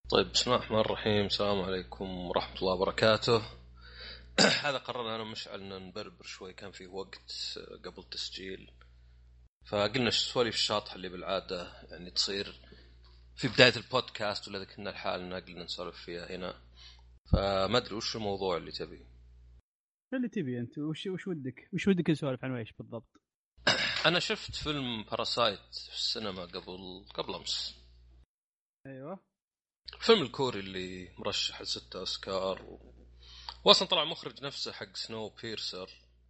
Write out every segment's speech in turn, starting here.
طيب، بسم الله الرحمن الرحيم. السلام عليكم ورحمة الله وبركاته. هذا قررنا أنا ومشعل أن نبربر شوي، كان في وقت قبل التسجيل، فقلنا سواليف الشاطحة اللي بالعادة يعني تصير في بداية البودكاست، ولا كنا لحالنا قلنا نسولف فيها هنا. فما أدري وش الموضوع اللي تبي. اللي تبي أنت وش ودك نسولف عن إيش بالضبط؟ أنا شفت فيلم باراسايت في السينما قبل أمس. أيوة. الفيلم الكوري اللي مرشح ل6 أوسكار وأصلا طلع مخرج نفسه حق سنو بيرسر.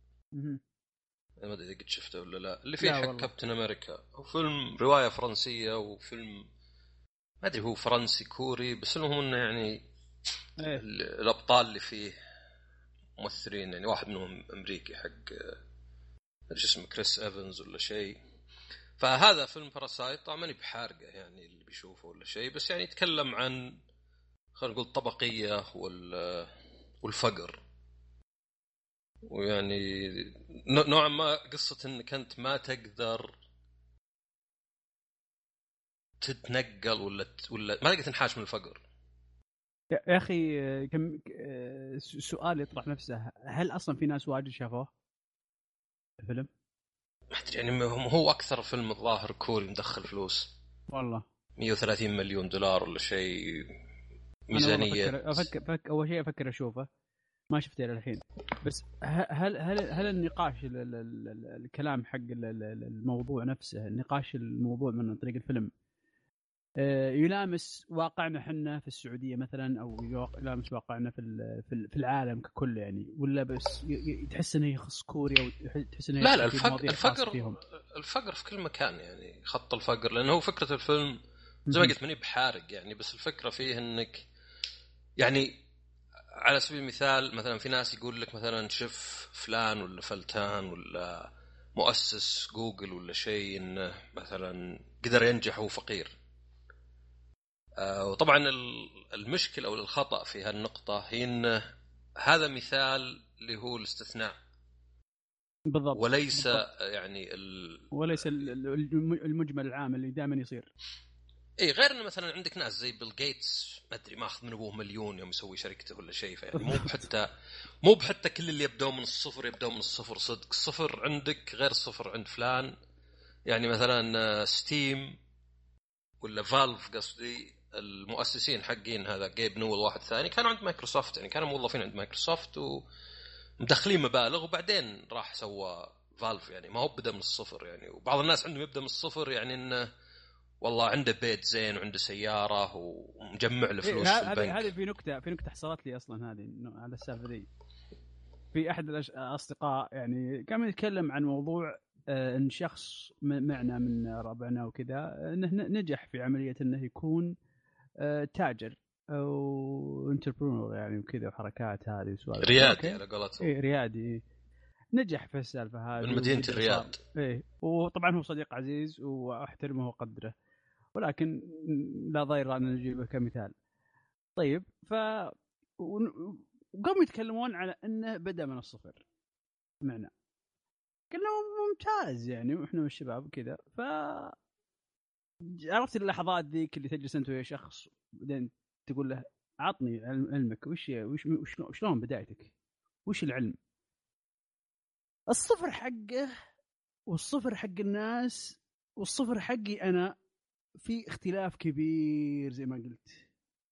ما ادري اذا قد شفته ولا لا، اللي فيه حق والله. كابتن امريكا. هو فيلم روايه فرنسيه، وفيلم ما ادري هو فرنسي كوري، بس المهم انه يعني إيه. الابطال اللي فيه ممثلين، يعني واحد منهم امريكي حق ايش اسمه، كريس ايفنز ولا شيء. فهذا فيلم باراسايت، طبعا ماني بحارقه يعني اللي بيشوفه ولا شيء، بس يعني يتكلم عن، خلينا نقول، الطبقيه والفقر، ويعني نوعا ما قصة انك انت ما تقدر تتنقل ولا ما تقدر تنحاش من الفقر. يا أخي، كم سؤال يطرح نفسه، هل أصلا في ناس واجد شافوه الفيلم؟ ما ادري يعني هو اكثر فيلم الظاهر كوري مدخل فلوس، والله 130 مليون دولار ولا شيء أنا والله ميزانية. أفكر أول شيء أفكر أشوفه، ما شفته إلى الحين. بس هل النقاش الكلام حق الموضوع نفسه، النقاش الموضوع من طريق الفيلم يلامس واقعنا حنا في السعودية مثلا، أو يلامس واقعنا في العالم ككل يعني، ولا بس تحس إنه يخص كوريا، وتحس إنه لا يدخل في مواضيع خاصة فيهم؟ الفقر في كل مكان، يعني خط الفقر، لأنه هو فكرة الفيلم زي ما قلت ماني بحارق يعني، بس الفكرة فيه انك يعني على سبيل المثال مثلا في ناس يقول لك مثلا شوف فلان ولا فلتان ولا مؤسس جوجل ولا شيء، انه مثلا قدر ينجح وهو فقير. وطبعا المشكلة أو الخطأ في هالنقطة هي أن هذا مثال اللي هو الاستثناء، بالضبط وليس بالضبط. يعني وليس المجمل العام اللي دائما يصير. اي، غير انه مثلا عندك ناس زي بيل جيتس، ما ادري ماخذ من ابوه مليون يوم يسوي شركته ولا شيء، فيعني مو بحتى كل اللي يبدأوا من الصفر يبدأوا من الصفر صدق. الصفر عندك غير الصفر عند فلان. يعني مثلا ستيم ولا فالف، قصدي المؤسسين حقين، هذا جيب نول واحد ثاني، كانوا عند مايكروسوفت، يعني كانوا موظفين عند مايكروسوفت ومدخلين مبالغ، وبعدين راح سوى فالف. يعني ما هو بدأ من الصفر يعني. وبعض الناس عندهم يبدأ من الصفر يعني انه والله عنده بيت زين وعنده سيارة ومجمع له فلوس في هذه البنك. في نكتة حصلت لي أصلا هذه على السالفة دي. في أحد الأصدقاء يعني كان يتكلم عن موضوع ان شخص معنا من ربعنا وكذا، انه نجح في عمليه انه يكون تاجر او انتربرونور يعني وكذا، وحركات هذه وسوالف. ريادي اوكي. على قولتهم. ايه ريادي. نجح في السالفه من هذه مدينة وقدر صار. الرياض. ايه، وطبعا هو صديق عزيز واحترمه وقدره، ولكن لا ضير ان نجيبه كمثال. طيب وقاموا يتكلمون على انه بدا من الصفر معنا. قلنا ممتاز يعني، واحنا والشباب كذا. عرفت اللحظات ذيك اللي تجلس انت ويا شخص، بعدين تقول له عطني علمك، شلون بدايتك، وش العلم؟ الصفر حقه والصفر حق الناس والصفر حقي انا في اختلاف كبير زي ما قلت.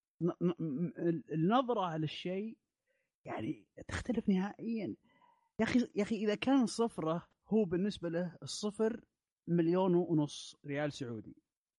النظرة على الشيء يعني تختلف نهائيا. يا اخي اذا كان صفره هو بالنسبه له الصفر 1,500,000 ريال سعودي.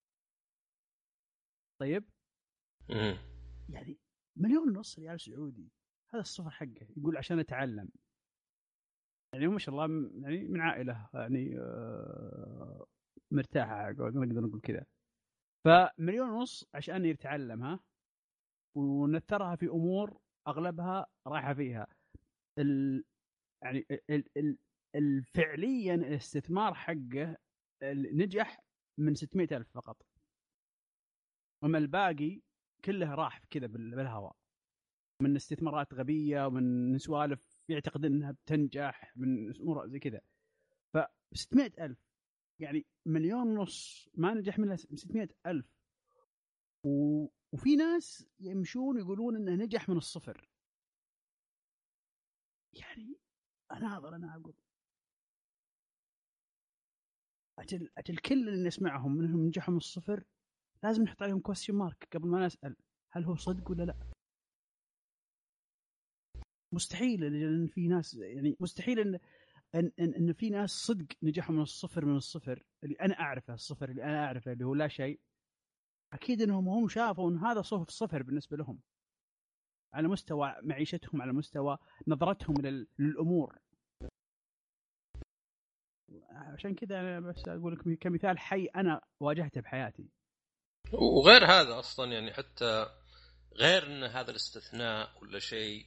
طيب يعني 1,500,000 ريال سعودي، هذا الصفر حقه. يقول عشان اتعلم. يعني ما شاء الله يعني من عائله يعني مرتاحه، نقدر نقول كذا. ف1,500,000 عشان يتعلمها ونثرها في امور اغلبها رايحه فيها يعني فعليا الاستثمار حقه نجح من 600,000 فقط، وما الباقي كله راح كذا بالهواء، من استثمارات غبيه ومن سوالف يعتقد انها بتنجح من امور زي كذا. ف 600,000 يعني 1,500,000 ما نجح منها 600,000. وفي ناس يمشون يقولون انه نجح من الصفر. يعني انا اقول اجل كل اللي نسمعهم منهم نجحوا من الصفر لازم نحط عليهم كويستشن مارك قبل ما نسال هل هو صدق ولا لا. مستحيل، لان في ناس يعني مستحيل ان في ناس صدق نجحوا من الصفر اللي انا اعرفه، الصفر اللي انا اعرفه اللي هو لا شيء. اكيد انهم هم شافوا ان هذا صفر بالنسبه لهم على مستوى معيشتهم، على مستوى نظرتهم للامور. عشان كذا انا بس اقول لك كمثال حي انا واجهته بحياتي. وغير هذا اصلا يعني حتى غير ان هذا الاستثناء ولا شيء،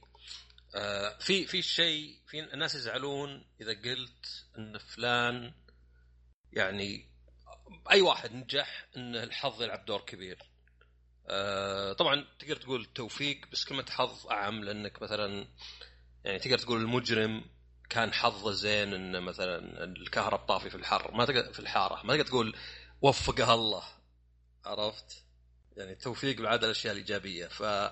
في شيء، في الناس يزعلون اذا قلت ان فلان يعني اي واحد نجح ان الحظ يلعب دور كبير. طبعا تقدر تقول التوفيق، بس كلمة حظ اعم، لانك مثلا يعني تقدر تقول المجرم كان حظه زين ان مثلا الكهرب طافي في الحر، ما تقدر في الحارة ما تقدر تقول وفقها الله، عرفت؟ يعني التوفيق بالعادة الاشياء الايجابية.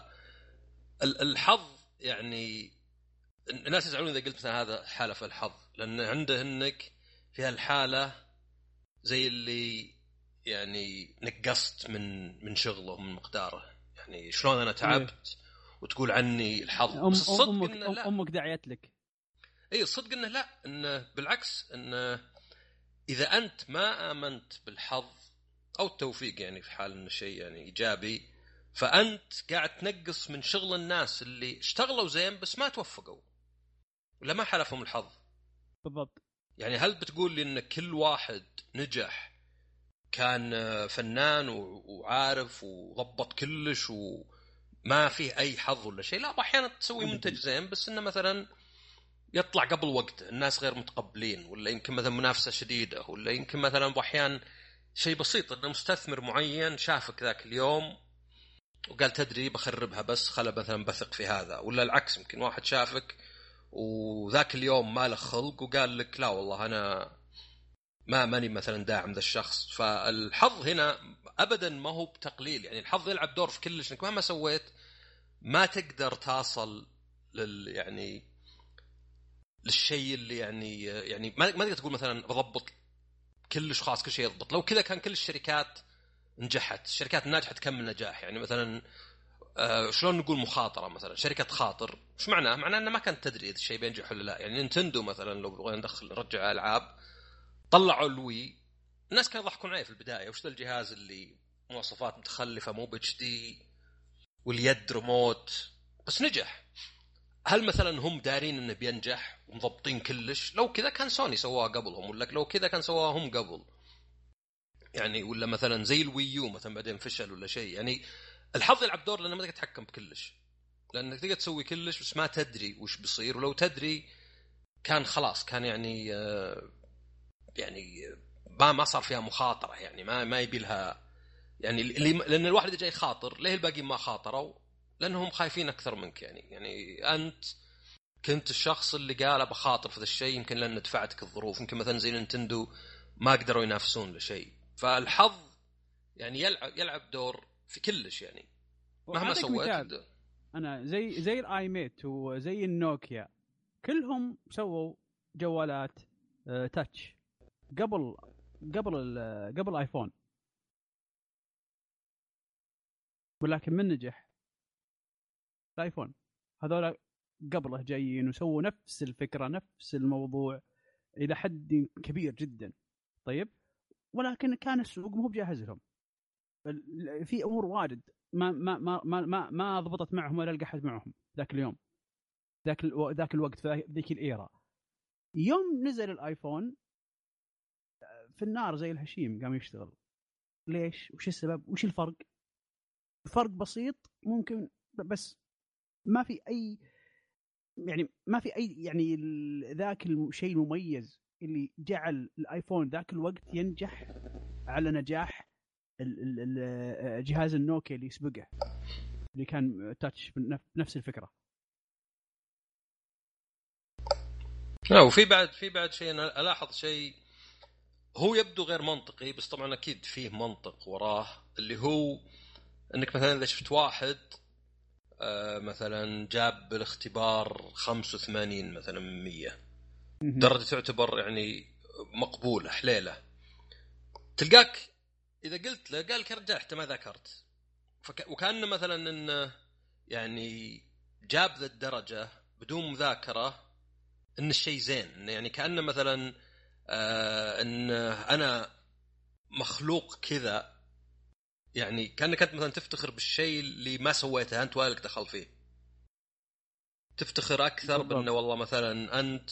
فالحظ يعني الناس يزعلون اذا قلت مثلا هذا حالة في الحظ، لان عنده انك في هالحالة زي اللي يعني نقصت من شغله من مقداره، يعني شلون انا تعبت وتقول عني الحظ. بس الصدق انه لا، امك دعيت لك. اي الصدق انه لا، انه بالعكس، انه اذا انت ما امنت بالحظ او التوفيق يعني في حال انه شيء يعني ايجابي، فانت قاعد تنقص من شغل الناس اللي اشتغلوا زين بس ما توفقوا ولا ما حلفهم الحظ. بالضبط. يعني هل بتقول لي ان كل واحد نجح كان فنان وعارف وضبط كلش وما فيه أي حظ ولا شيء؟ لا، أحيانا تسوي منتج زين بس إنه مثلا يطلع قبل وقته، الناس غير متقبلين، ولا يمكن مثلا منافسة شديدة، ولا يمكن مثلا بأحيان شيء بسيط إنه مستثمر معين شافك ذاك اليوم وقال تدري بخربها، بس خلا مثلا بثق في هذا. ولا العكس، يمكن واحد شافك وذاك اليوم ما له خلق وقال لك لا والله أنا ماني مثلا داعم ذا الشخص. فالحظ هنا ابدا ما هو بتقليل، يعني الحظ يلعب دور في كلش، انك مهما سويت ما تقدر تصل يعني للشيء اللي يعني ما تقدر تقول مثلا بضبط كلش خاص كل شيء يضبط. لو كذا كان كل الشركات نجحت، الشركات الناجحه تكمل نجاح. يعني مثلا شلون نقول مخاطره، مثلا شركه خاطر ايش معناه انه ما كانت تدري اذا الشيء بينجح ولا لا. يعني نينتندو مثلا لو بغينا ندخل نرجع العاب، طلعوا الوي، الناس كانوا يضحكون عليه في البدايه، وش ذا الجهاز اللي مواصفات متخلفه مو باتش دي واليد ريموت، بس نجح. هل مثلا هم دارين انه بينجح ومضبطين كلش؟ لو كذا كان سوني سواها قبلهم، ولا لو كذا كان سواها هم قبل يعني. ولا مثلا زي الويو مثلا بعدين فشل ولا شيء. يعني الحظ يلعب دور، لانه ما تقدر تتحكم بكلش، لانك تقدر تسوي كلش بس ما تدري وش بيصير. ولو تدري كان خلاص، كان يعني ما صار فيها مخاطره، يعني ما يبي لها يعني لان الواحد اللي جاي خاطر ليه الباقيين ما خاطروا؟ لانهم خايفين اكثر منك. يعني انت كنت الشخص اللي قال بخاطر في ذا الشيء، يمكن لان دفعتك الظروف، يمكن مثلا زي نينتندو ما قدروا ينافسون لشيء. فالحظ يعني يلعب دور في كلش، يعني مهما سويت. انا زي الاي ميت وزي النوكيا، كلهم سووا جوالات تاتش قبل ايفون، ولكن من نجح الايفون. هذول قبله جايين وسووا نفس الفكره نفس الموضوع الى حد كبير جدا. طيب، ولكن كان السوق مو بجاهز لهم في امور واجد ما ضبطت معهم ولا لقحت معهم ذاك اليوم، ذاك الوقت في ذيك الايرا. يوم نزل الايفون في النار زي الهشيم قام يشتغل. ليش؟ وش السبب؟ وش الفرق؟ فرق بسيط ممكن، بس ما في اي يعني ذاك الشيء المميز اللي جعل الايفون ذاك الوقت ينجح على نجاح جهاز النوكيا اللي يسبقه اللي كان تاتش نفس الفكره. وفي بعد شيء انا الاحظ شيء هو يبدو غير منطقي، بس طبعا اكيد فيه منطق وراه، اللي هو انك مثلا اذا شفت واحد مثلا جاب بالاختبار 85 مثلا من 100 درجة تعتبر يعني مقبولة حليلة، تلقاك إذا قلت له قال لك يا رجال حتى ما ذاكرت، وكأنه مثلا إنه يعني جاب ذا الدرجة بدون مذاكرة إن الشيء زين، يعني كأنه مثلا إن أنا مخلوق كذا، يعني كأنك أنت مثلا تفتخر بالشيء اللي ما سويته أنت ولا لك دخل فيه، تفتخر أكثر بأنه والله مثلا أنت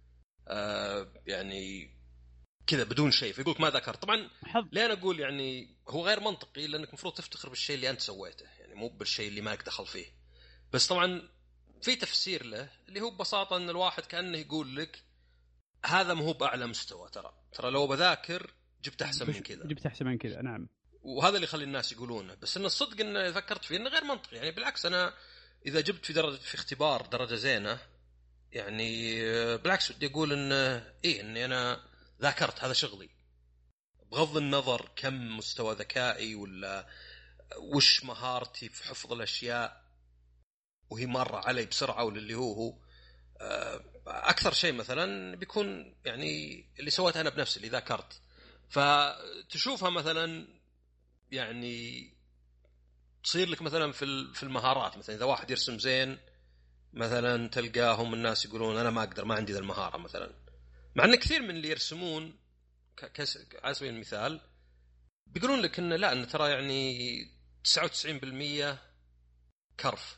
يعني كذا بدون شيء، فيقولك ما ذكر. طبعا ليه أنا أقول يعني هو غير منطقي، لأنك مفروض تفتخر بالشيء اللي أنت سويته، يعني مو بالشيء اللي ما لك دخل فيه. بس طبعا في تفسير له اللي هو ببساطة أن الواحد كأنه يقول لك هذا ما هو بأعلى مستوى، ترى لو بذاكر جبت أحسن من كذا، جبت أحسن من كذا. نعم، وهذا اللي يخلي الناس يقولونه. بس إن الصدق إن فكرت فيه إنه غير منطقي، يعني بالعكس أنا إذا جبت في اختبار درجة زينة يعني بالعكس بدي أقول إن إيه إني أنا ذاكرت، هذا شغلي، بغض النظر كم مستوى ذكائي ولا وش مهارتي في حفظ الأشياء وهي مرة علي بسرعة، ولا اللي هو أكثر شيء مثلا بيكون يعني اللي سويته أنا بنفسي اللي ذاكرت. فتشوفها مثلا يعني تصير لك مثلا في المهارات، مثلا إذا واحد يرسم زين مثلا تلقاهم الناس يقولون أنا ما أقدر، ما عندي ذا المهارة مثلا، مع أن كثير من اللي يرسمون على سبيل المثال بيقولون لك إن لا، إن ترى يعني 99% كرف،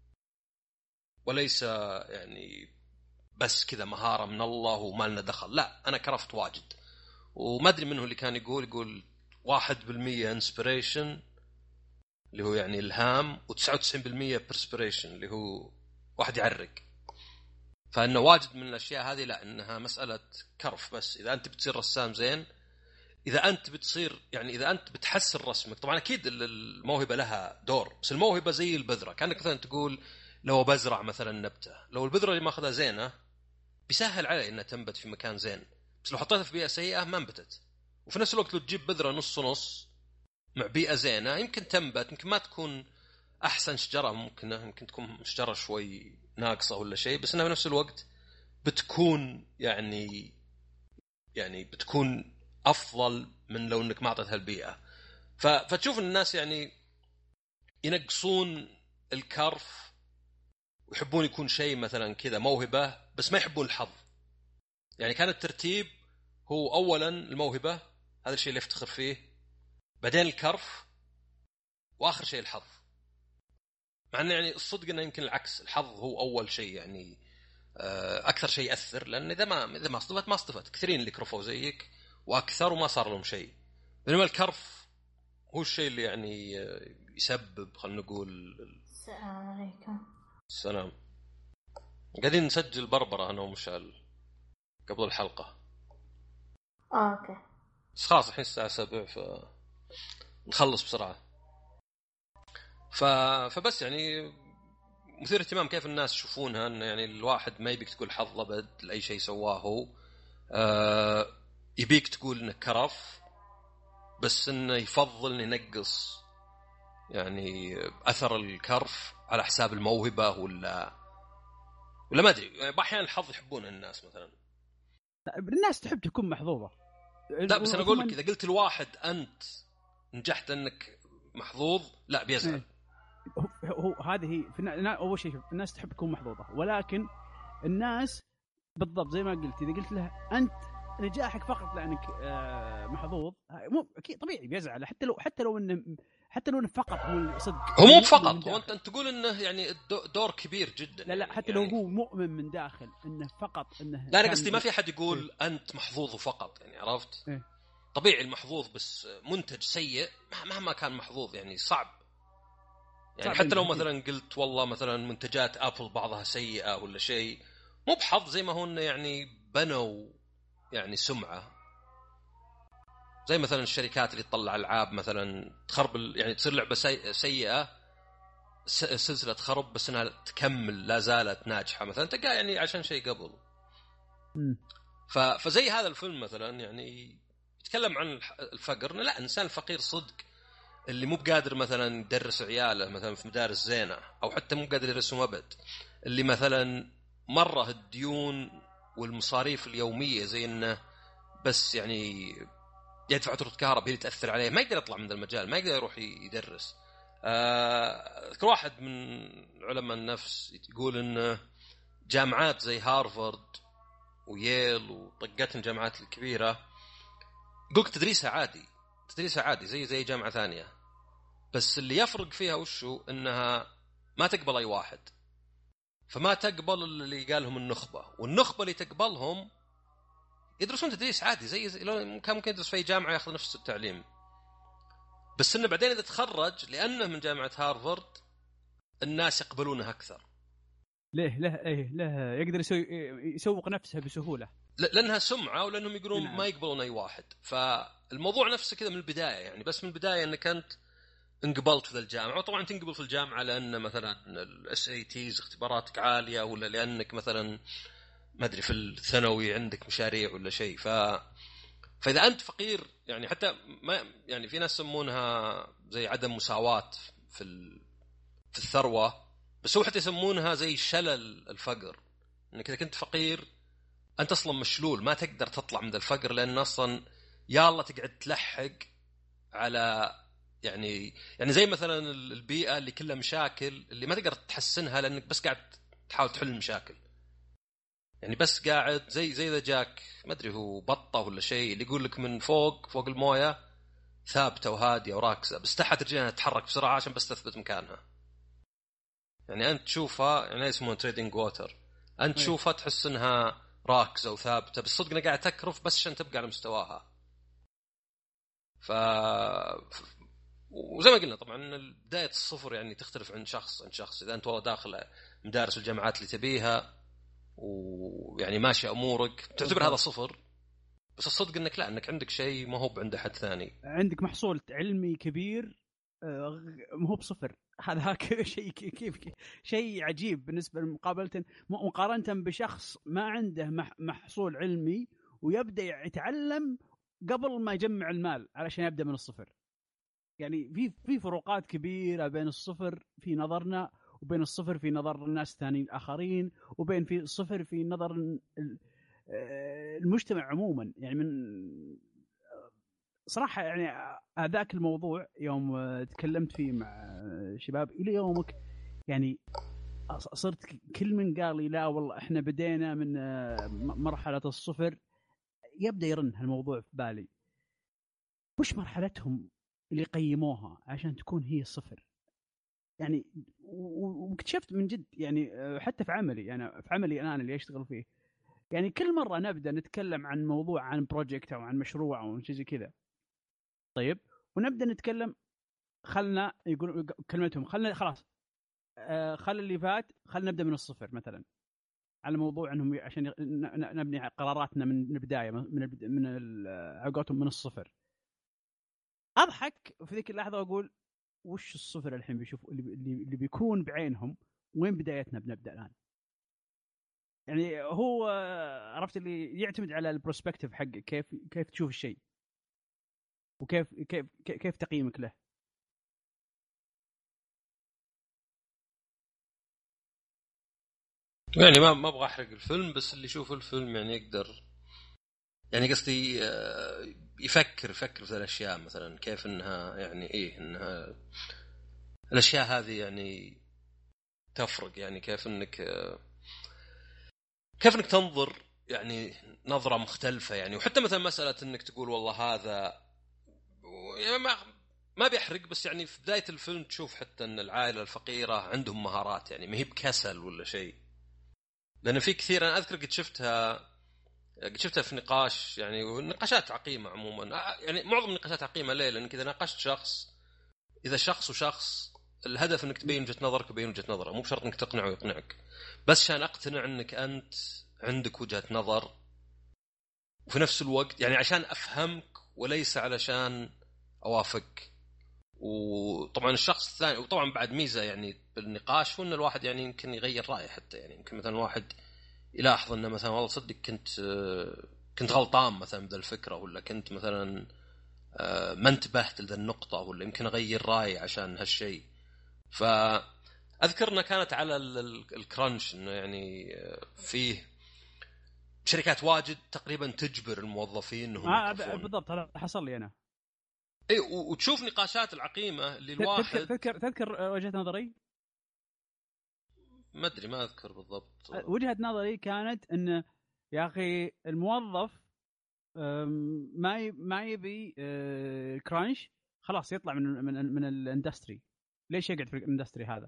وليس يعني بس كذا مهارة من الله وما لنا دخل، لا أنا كرفت واجد. وما أدري منه اللي كان يقول 1% inspiration اللي هو يعني الهام، و99% perspiration اللي هو واحد يعرق. فإنه واجد من الأشياء هذه لا، إنها مسألة كرف بس. إذا أنت بتصير رسام زين، إذا أنت بتصير يعني إذا أنت بتحسن رسمك، طبعا أكيد الموهبة لها دور، بس الموهبة زي البذرة، كأنك مثلا تقول لو بزرع مثلا نبتة، لو البذرة اللي ماخذها زينة بيسهل علي إنها تنبت في مكان زين، بس لو حطيتها في بيئة سيئة ما انبتت. وفي نفس الوقت لو تجيب بذرة نص نص مع بيئة زينة يمكن تنبت، يمكن ما تكون أحسن شجرة، ممكن تكون شجرة شوي ناقصة ولا شيء، بس إنها في نفس الوقت بتكون يعني بتكون أفضل من لو إنك ما أعطيتها البيئة. فتشوف الناس يعني ينقصون الكرف ويحبون يكون شيء مثلا كذا موهبة، بس ما يحبون الحظ. يعني كان الترتيب هو أولا الموهبة، هذا الشيء اللي يفتخر فيه، بعدين الكرف، وآخر شيء الحظ. مع أنه يعني الصدق أنه يمكن العكس، الحظ هو أول شيء يعني أكثر شيء يأثر، لأن إذا ما اصطفت كثيرين اللي كرفوا زيك وأكثر وما صار لهم شيء، بينما الكرف هو الشيء اللي يعني يسبب، خلنا نقول. السلام عليكم. السلام. قاعدين نسجل بربرة أنا ومشعل قبل الحلقة. أوكي. بس خلاص الحين الساعة 7 نخلص بسرعة. فبس يعني مثير اهتمام كيف الناس يشوفونها، أن يعني الواحد ما يبيك تقول حظ أبد لأي شيء سواه، يبيك تقول إنه كرف، بس إنه يفضل إنه ينقص يعني أثر الكرف على حساب الموهبة ولا ما أدري. يعني أحيانا الحظ يحبون الناس مثلا، الناس تحب تكون محظوظة. لا بس أنا أقول لك إذا قلت الواحد أنت نجحت أنك محظوظ، لا بيزعل. هو هذه أول شيء الناس تحب تكون محظوظة، ولكن الناس بالضبط زي ما قلت، إذا قلت له أنت نجاحك فقط لأنك محظوظ، مو أكيد طبيعي بيزعل، حتى لو إنه فقط هو صدق، هو مو فقط، هو أنت تقول إنه يعني دور كبير جدا. لا حتى يعني لو هو مؤمن من داخل إنه فقط إنه، لا أنا قصدي ما في حد يقول أنت محظوظ فقط، يعني عرفت؟ طبيعي المحظوظ، بس منتج سيء مهما كان محظوظ يعني صعب. يعني حتى لو مثلا قلت والله مثلا منتجات أبل بعضها سيئة ولا شيء، مو بحظ، زي ما هو إنه يعني بنوا يعني سمعة، زي مثلا الشركات اللي تطلع ألعاب مثلا تخرب يعني تصير لعبة سيئة، سلسلة خرب، بس انها تكمل لا زالت ناجحة مثلا، تلقى يعني عشان شيء قبل. فزي هذا الفيلم مثلا يعني يتكلم عن الفقر، لا إنسان فقير صدق اللي مو بقادر مثلا يدرس عياله مثلا في مدارس زينة، أو حتى مو قادر يدرسهم أبد، اللي مثلا مرة الديون والمصاريف اليومية زي إنه بس يعني يدفع فاتورة كهرباء هي اللي تأثر عليه، ما يقدر يطلع من المجال، ما يقدر يروح يدرس. كل واحد من علماء النفس يقول إن جامعات زي هارفارد وييل وطقتهم الجامعات الكبيرة قلت تدريسها عادي زي جامعة ثانية، بس اللي يفرق فيها وشو إنها ما تقبل أي واحد، فما تقبل اللي قالهم النخبة، والنخبة اللي تقبلهم يدرسون تدريس عادي زي لو كان ممكن يدرس في أي جامعة يأخذ نفس التعليم، بس إنه بعدين إذا تخرج لأنه من جامعة هارفارد الناس يقبلونه أكثر. ليه يقدر يسوق نفسه بسهولة، لأنها سمعة، ولأنهم يقولون ما يقبلون أي واحد. فالموضوع نفسه كذا من البداية، يعني بس من البداية أنك أنت انقبلت في الجامعة، وطبعا تنقبل في الجامعة لأن مثلا SATs اختباراتك عالية، ولا لأنك مثلا ما أدري في الثانوي عندك مشاريع ولا شيء. فإذا أنت فقير يعني حتى ما يعني في ناس يسمونها زي عدم مساواة في الثروة، بس هو حتى يسمونها زي شلل الفقر، إنك إذا كنت فقير أنت أصلا مشلول، ما تقدر تطلع من الفقر، لأن أصلا يا الله تقعد تلحق على يعني زي مثلا البيئة اللي كلها مشاكل اللي ما تقدر تحسنها، لأنك بس قاعد تحاول تحل المشاكل، يعني بس قاعد زي إذا جاك ما أدري هو بطة ولا شيء اللي يقول لك من فوق الموية ثابتة وهادية وراكزة، بس تحت رجلها تتحرك بسرعة عشان بس تثبت مكانها. يعني أنت تشوفها يعني اسمه تريدينج ووتر، أنت تشوفها تحس إنها راكزة وثابتة، بس صدقنا قاعد تكرف بس عشان تبقى على مستواها. وزي ما قلنا طبعا بداية الصفر يعني تختلف عن شخص. إذا أنت والله داخل مدارس الجامعات اللي تبيها ويعني ماشي أمورك تعتبر هذا صفر، بس الصدق إنك لا، إنك عندك شيء ما هو عند أحد ثاني، عندك محصول علمي كبير ما هو بصفر. هذا شيء كيف شيء عجيب بالنسبة مقارنة بشخص ما عنده محصول علمي ويبدأ يتعلم قبل ما يجمع المال علشان يبدأ من الصفر. يعني في فروقات كبيرة بين الصفر في نظرنا وبين الصفر في نظر الناس الثانيين الآخرين، وبين في الصفر في نظر المجتمع عموما. يعني من صراحة يعني هذاك الموضوع يوم تكلمت فيه مع شباب إلى يومك، يعني صرت كل من قال لي لا والله إحنا بدينا من مرحلة الصفر، يبدأ يرن هالموضوع في بالي، وش مرحلتهم اللي قيموها عشان تكون هي الصفر؟ يعني واكتشفت من جد يعني حتى في عملي، يعني في عملي أنا اللي أشتغل فيه، يعني كل مرة نبدأ نتكلم عن موضوع، عن بروجكت أو عن مشروع أو شيء زي كذا، طيب ونبدأ نتكلم، خلنا يقول كلمتهم خلنا خلاص خل اللي فات، خلنا نبدأ من الصفر مثلا، على موضوع انهم عشان نبني قراراتنا من البداية من عقوتهم من الصفر. أضحك في ذيك اللحظة وأقول وش الصفر الحين بيشوفوا اللي بيكون بعينهم، وين بدايتنا بنبدأ الآن؟ يعني هو عرفت اللي يعتمد على البروسبكتيف حقك، كيف تشوف الشيء وكيف كيف تقييمك له. يعني ما ابغى احرق الفيلم، بس اللي يشوف الفيلم يعني يقدر يعني قصدي يفكر في الاشياء، مثلا كيف انها يعني ايه انها الاشياء هذه يعني تفرق، يعني كيف انك تنظر يعني نظرة مختلفة يعني. وحتى مثلا مسألة انك تقول والله هذا يعني ما بيحرق، بس يعني في بداية الفيلم تشوف حتى ان العائلة الفقيرة عندهم مهارات، يعني ما هي بكسل ولا شيء، لأن في كثير أنا أذكر قد شفتها في نقاش، يعني ونقاشات عقيمة عموما، يعني معظم النقاشات عقيمة ليه؟ لأنك إذا ناقشت شخص، إذا شخص وشخص الهدف إنك تبين وجهة نظرك وبين وجهة نظره، مو بشرط إنك تقنعه ويقنعك، بس عشان أقتنع إنك أنت عندك وجهة نظر، وفي نفس الوقت يعني عشان أفهمك وليس علشان أوافق. وطبعا الشخص الثاني، وطبعا بعد ميزة يعني بالنقاش هو إن الواحد يعني يمكن يغير رأيه، حتى يعني يمكن مثلا واحد يلاحظ انه مثلا والله صدق كنت غلطان مثلا بهذه الفكره، ولا كنت مثلا ما انتبهت لذا النقطة، ولا يمكن أغير رأي عشان هالشيء. فأذكرنا كانت على الكرانش إنه يعني فيه شركات واجد تقريبا تجبر الموظفين إنهم يوقفون. بالضبط، هذا حصل لي أنا. اي، وتشوف نقاشات العقيمة اللي الواحد تذكر وجهة نظري؟ ما أدري، ما أذكر بالضبط. وجهة نظري كانت إن يا أخي الموظف ما يبي كرانش، خلاص يطلع من الاندستري. ليش يقعد في الاندستري هذا؟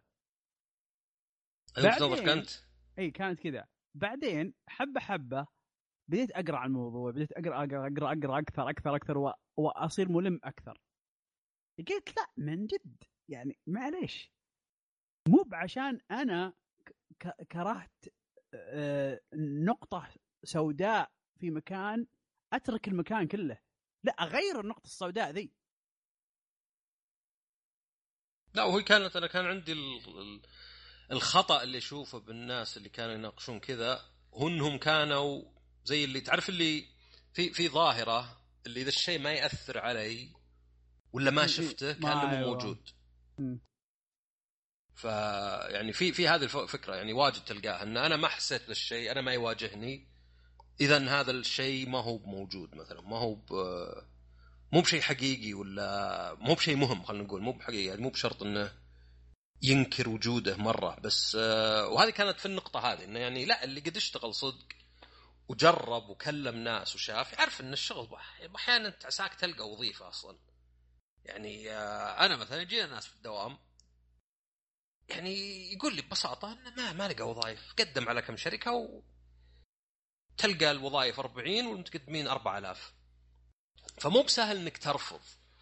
كانت اي كانت كذا. بعدين حبة بديت اقرا عن الموضوع، بديت اقرا اكثر واصير ملم اكثر. قلت لا من جد يعني معليش، مو بعشان انا كرهت نقطة سوداء في مكان اترك المكان كله، لا اغير النقطة السوداء ذي. لا، وهي كانت انا كان عندي الخطأ اللي اشوفه بالناس اللي كانوا يناقشون كذا، انهم كانوا زي اللي تعرف اللي في ظاهرة اللي اذا الشيء ما يأثر علي ولا ما شفته كأنه مو موجود. فيعني في هذه الفكرة يعني واجد تلقاها ان انا ما حسيت بالشيء، انا ما يواجهني، اذا هذا الشيء ما هو موجود مثلا، مو بشيء حقيقي ولا مو بشيء مهم، خلينا نقول مو بحقيقي، يعني مو بشرط انه ينكر وجوده مرة بس. وهذه كانت في النقطة هذه انه يعني لا، اللي قد اشتغل صدق وجرب وكلم ناس وشاف يعرف ان الشغل احيانا عساك تلقى وظيفة اصلا. يعني انا مثلا يجينا ناس في الدوام يعني يقول لي ببساطة انه ما لقى وظائف، قدم على كم شركة وتلقى الوظائف 40 والمتقدمين 4000. فمو بسهل انك ترفض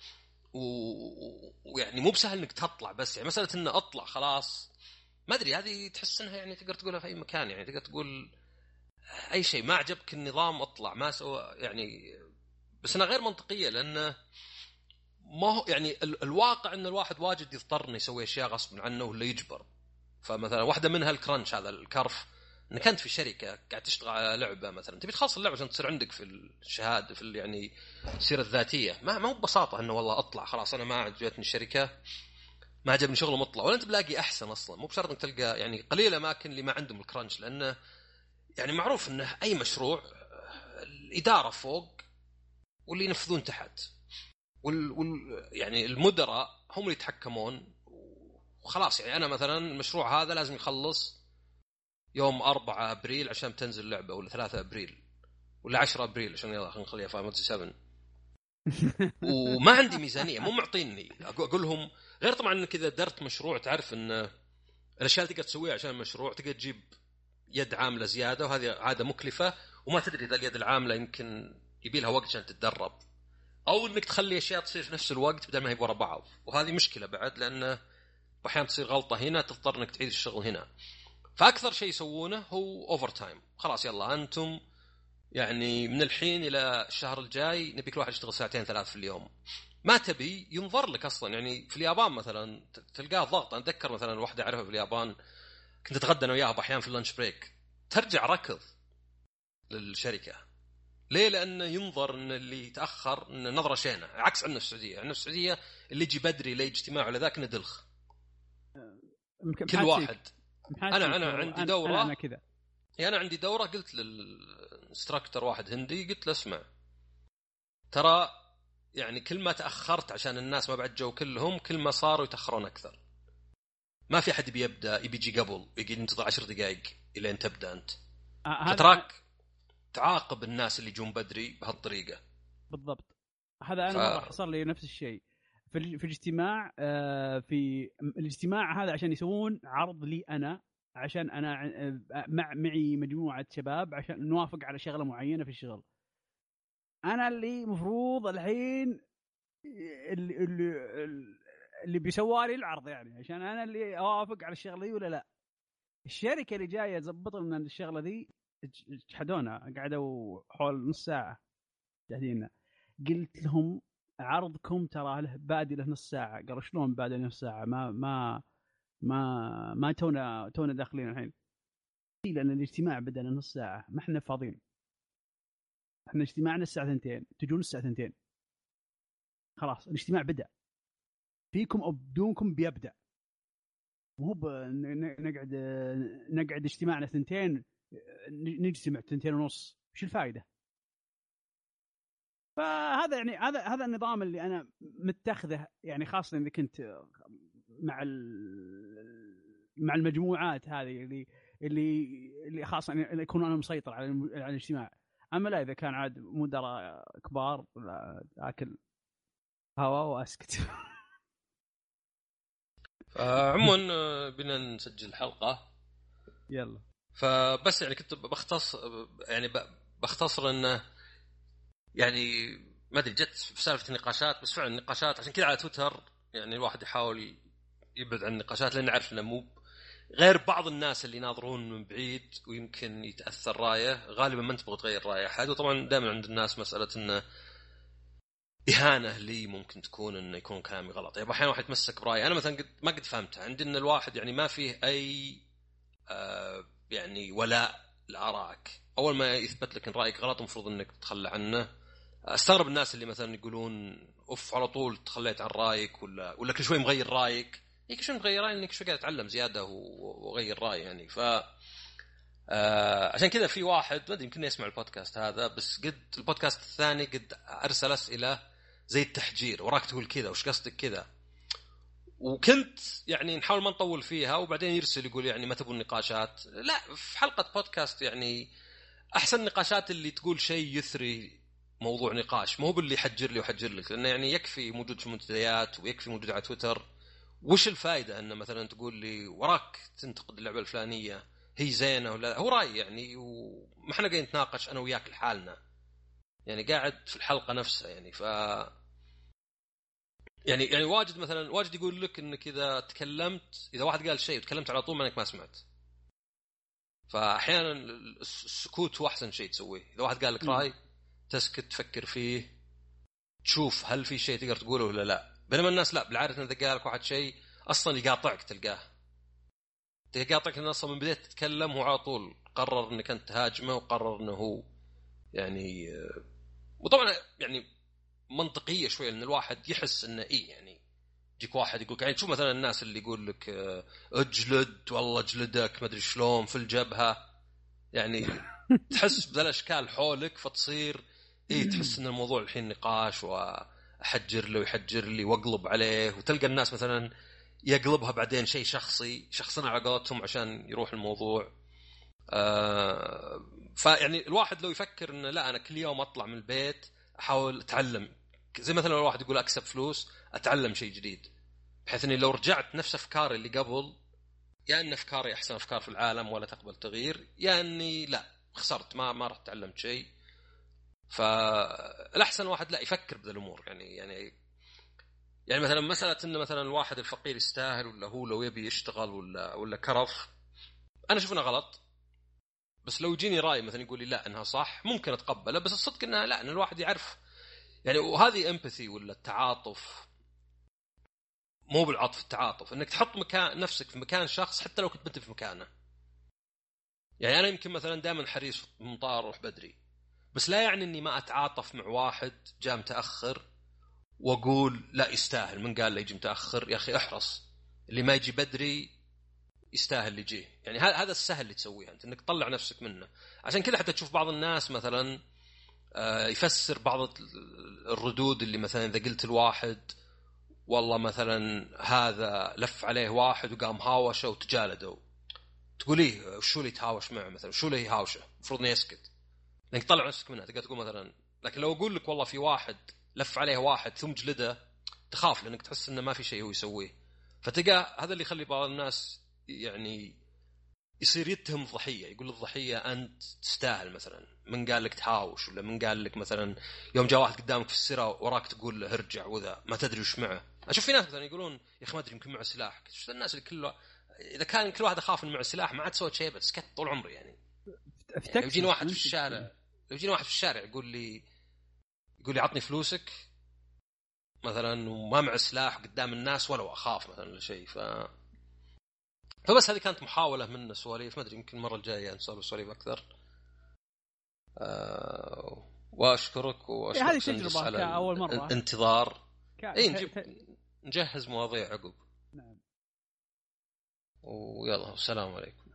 ويعني مو بسهل انك تطلع، بس يعني مسألة انه اطلع خلاص ما ادري، هذه تحس انها يعني تقدر تقولها في اي مكان، يعني تقدر تقول اي شيء ما عجبك النظام اطلع، ما سوى يعني. بس انها غير منطقية، لانه ما هو يعني الواقع ان الواحد واجد يضطر انه يسوي اشياء غصب عنه ولا يجبر. فمثلا واحدة منها الكرانش، هذا الكرف، انك انت في شركه قاعد تشتغل على لعبه مثلا، تبي تخلص اللعبه عشان تصير عندك في الشهاده في يعني السيره الذاتيه، ما هو ببساطه انه والله اطلع خلاص انا ما عجبتني الشركه، ما عجبني شغله مطلع، ولا انت بلاقي احسن اصلا. مو بشرط انك تلقى، يعني قليله اماكن اللي ما عندهم الكرانش، لانه يعني معروف انه اي مشروع الاداره فوق واللي ينفذون تحت، يعني المدراء هم اللي يتحكمون وخلاص. يعني انا مثلا المشروع هذا لازم يخلص يوم 4 أبريل عشان تنزل اللعبة، ولا 3 أبريل ولا 10 أبريل عشان يلا خلينا نخليها فاينل 7. وما عندي ميزانية، مو معطيني أقول لهم. غير طبعا إنك إذا درت مشروع تعرف إن الأشياء اللي تقدر تسويها عشان المشروع، تقدر تجيب يد عاملة زيادة، وهذه عادة مكلفة، وما تدري إذا اليد العاملة يمكن يبي لها وقت عشان تتدرب، أو إنك تخلي أشياء تصير في نفس الوقت بدل ما هي ورا بعض. وهذه مشكلة بعد، لأنه أحيانا تصير غلطة هنا تضطر إنك تعيد الشغل هنا. فأكثر شيء يسوونه هو أوفر تايم. خلاص يلا أنتم يعني من الحين إلى الشهر الجاي نبيك الواحد يشتغل 2-3 في اليوم. ما تبي ينظر لك أصلا. يعني في اليابان مثلا تلقاه ضغط. أنا أتذكر مثلا واحدة أعرفها في اليابان كنت أتغدى أنا وياها أحيانا في اللانش بريك، ترجع ركض للشركة. ليه؟ لأنه ينظر أن اللي يتأخر أن نظرة شينة، عكس عندنا في السعودية. عندنا في السعودية اللي يجي بدري لي اجتماع ولا ذاك ندلخ كل واحد. أنا عندي دورة، أنا كذا. أنا عندي دورة، قلت للإنستراكتور واحد هندي، قلت له اسمع ترى يعني كل ما تأخرت عشان الناس ما بعد جو كلهم، كل ما صاروا يتأخرون أكثر. ما في أحد بيبدأ يجي قبل، يجي ينتظر 10 دقائق إلى أن تبدأ أنت. فتراك تعاقب الناس اللي يجون بدري بهالطريقة. بالضبط. هذا أنا مرة حصل لي نفس الشيء في الاجتماع. في الاجتماع هذا عشان يسوون عرض لي أنا، عشان أنا معي مجموعة شباب عشان نوافق على شغلة معينة في الشغل. أنا اللي مفروض الحين اللي بيسوالي العرض، يعني عشان أنا اللي أوافق على الشغلة دي ولا لا. الشركة اللي جاية تزبط لنا الشغلة دي جحدونا، قعدوا حول نص ساعة جاهدين. قلت لهم عرضكم ترى له بادي له نص ساعة. قالوا شلون بادي له نص ساعة؟ ما تونا داخلين الحين. لأن الاجتماع بدأ نص ساعة، ما احنا فاضيين. احنا اجتماعنا الساعة 2، تجون الساعة 2. خلاص الاجتماع بدأ، فيكم أو بدونكم بيبدأ، مو نقعد اجتماعنا 2 نجتمع 2.5، وش الفائدة؟ فهذا يعني هذا النظام اللي أنا متخذه، يعني خاصة إذا كنت مع المجموعات هذه اللي خاصة اللي يكون أنا مسيطر على الاجتماع. أما لا إذا كان عاد مدراء كبار لا أكل هوا وأسكت. عموما بنا نسجل الحلقة يلا. فبس يعني كنت بختصر انه يعني ما ادري جت في سالفه النقاشات، بس فعلا النقاشات عشان كذا على تويتر يعني الواحد يحاول يبعد عن النقاشات، لان نعرف انه مو غير بعض الناس اللي يناظرون من بعيد ويمكن يتاثر رايه، غالبا ما انت تبغى تغير رايه احد. وطبعا دائما عند الناس مساله انه إهانة لي ممكن تكون إنه يكون كلامي غلط. يعني أحيانا واحد يتمسك برأي أنا مثلا ما قد فهمتها، عندي إن الواحد يعني ما فيه أي يعني ولاء لآرائك. أول ما يثبت لك إن رأيك غلط مفروض إنك تتخلى عنه. أستغرب الناس اللي مثلا يقولون أوف على طول تخليت عن رأيك ولا كل شوي مغير رأيك. كل شوي مغير رأيك إنك شوي قاعد أتعلم زيادة وغير رأي يعني. عشان كذا في واحد ما أدري يمكن يسمع البودكاست هذا، بس قد البودكاست الثاني قد أرسل أسئلة زي التحجير، وراك تقول كذا وش قصدك كذا، وكنت يعني نحاول ما نطول فيها، وبعدين يرسل يقول يعني ما تبون نقاشات. لا، في حلقة بودكاست يعني أحسن نقاشات اللي تقول شيء يثري موضوع نقاش، مو باللي يحجر لي ويحجر لك، لأنه يعني يكفي موجود في المنتديات ويكفي موجود على تويتر. وش الفائدة أن مثلا تقول لي وراك تنتقد اللعبة الفلانية هي زينة ولا هو رأي يعني، وما احنا قاعدين نتناقش أنا وياك لحالنا يعني، قاعد في الحلقة نفسها يعني. يعني واجد يقول لك انك اذا تكلمت، اذا واحد قال شيء وتكلمت على طول ما انك ما سمعت. فاحيانا السكوت هو احسن شيء تسويه. اذا واحد قال لك راي تسكت تفكر فيه تشوف هل في شيء تقدر تقوله ولا لا. بينما الناس لا، بالعاده اذا قال لك واحد شيء اصلا يقاطعك، تلقاه يقاطعك لأنه اصلا من بدايه تتكلم هو على طول قرر انك انت تهاجمه، وقرر انه هو يعني. وطبعا يعني منطقيه شويه ان الواحد يحس انه يعني يجيك واحد يقول يعني تشوف مثلا الناس اللي يقول لك اجلد والله اجلدك ما ادري شلون في الجبهه، يعني تحس بذا الاشكال حولك، فتصير تحس ان الموضوع الحين نقاش واحجر له ويحجر لي واقلب عليه، وتلقى الناس مثلا يقلبها بعدين شيء شخصنا على قولتهم عشان يروح الموضوع. فيعني الواحد لو يفكر انه لا انا كل يوم اطلع من البيت احاول اتعلم، زي مثلا الواحد يقول اكسب فلوس اتعلم شيء جديد، بحيث اني لو رجعت نفس افكاري اللي قبل، يا ان افكاري احسن افكار في العالم ولا تقبل تغيير، يا اني لا خسرت ما راح تعلمت شيء. فالاحسن واحد لا يفكر بهذه الامور يعني مثلا مساله ان مثلا الواحد الفقير يستاهل ولا هو لو يبي يشتغل ولا كرف، انا اشوف انه غلط. بس لو يجيني راي مثلا يقول لي لا انها صح ممكن اتقبله، بس الصدق انها لا، ان الواحد يعرف يعني. وهذه امباثي ولا التعاطف، مو بالعطف، التعاطف انك تحط نفسك في مكان شخص حتى لو كنت انت في مكانه. يعني انا يمكن مثلا دائما حريص في المطار اروح بدري، بس لا يعني اني ما اتعاطف مع واحد جاء متاخر واقول لا يستاهل، من قال له يجي متاخر، يا اخي احرص اللي ما يجي بدري يستاهل اللي يجيه. يعني هذا السهل اللي تسويه انت، انك تطلع نفسك منه. عشان كذا حتى تشوف بعض الناس مثلا يفسر بعض الردود اللي مثلا اذا قلت الواحد والله مثلا هذا لف عليه واحد وقام هاوشه وتجالدوا، تقوليه وشو اللي تهاوش معه مثلا، وشو اللي يهاوشه، المفروض انه يسكت لانك تطلع نفسك منها. تقدر تقول مثلا، لكن لو اقول لك والله في واحد لف عليه واحد ثم جلده، تخاف لانك تحس انه ما في شيء هو يسويه. فتلقى هذا اللي يخلي بعض الناس يعني يصير يتهم الضحيه، يقول الضحيه انت تستاهل مثلا، من قال لك تهاوش، ولا من قال لك مثلا يوم جاء واحد قدامك في السيره وراك تقول له ارجع وذا ما تدري وش معه. اشوف في ناس مثلا يقولون يا اخي ما ادري يمكن معه سلاح. شوف الناس اللي كله اذا كان كل واحد اخاف انه معه سلاح ما عاد سويت شيء، بس سكت طول عمري يعني لو يجيني واحد في الشارع يقول لي عطني فلوسك مثلا وما معه سلاح قدام الناس ولا اخاف مثلا ولا شيء. فبس هذه كانت محاولة من سواليف، ما أدري يمكن المرة الجاية نسولف سواليف أكثر. وأشكرك هذه تجربة على كأول مرة الانتظار. اي نجهز مواضيع عقب. نعم. ويلا السلام عليكم.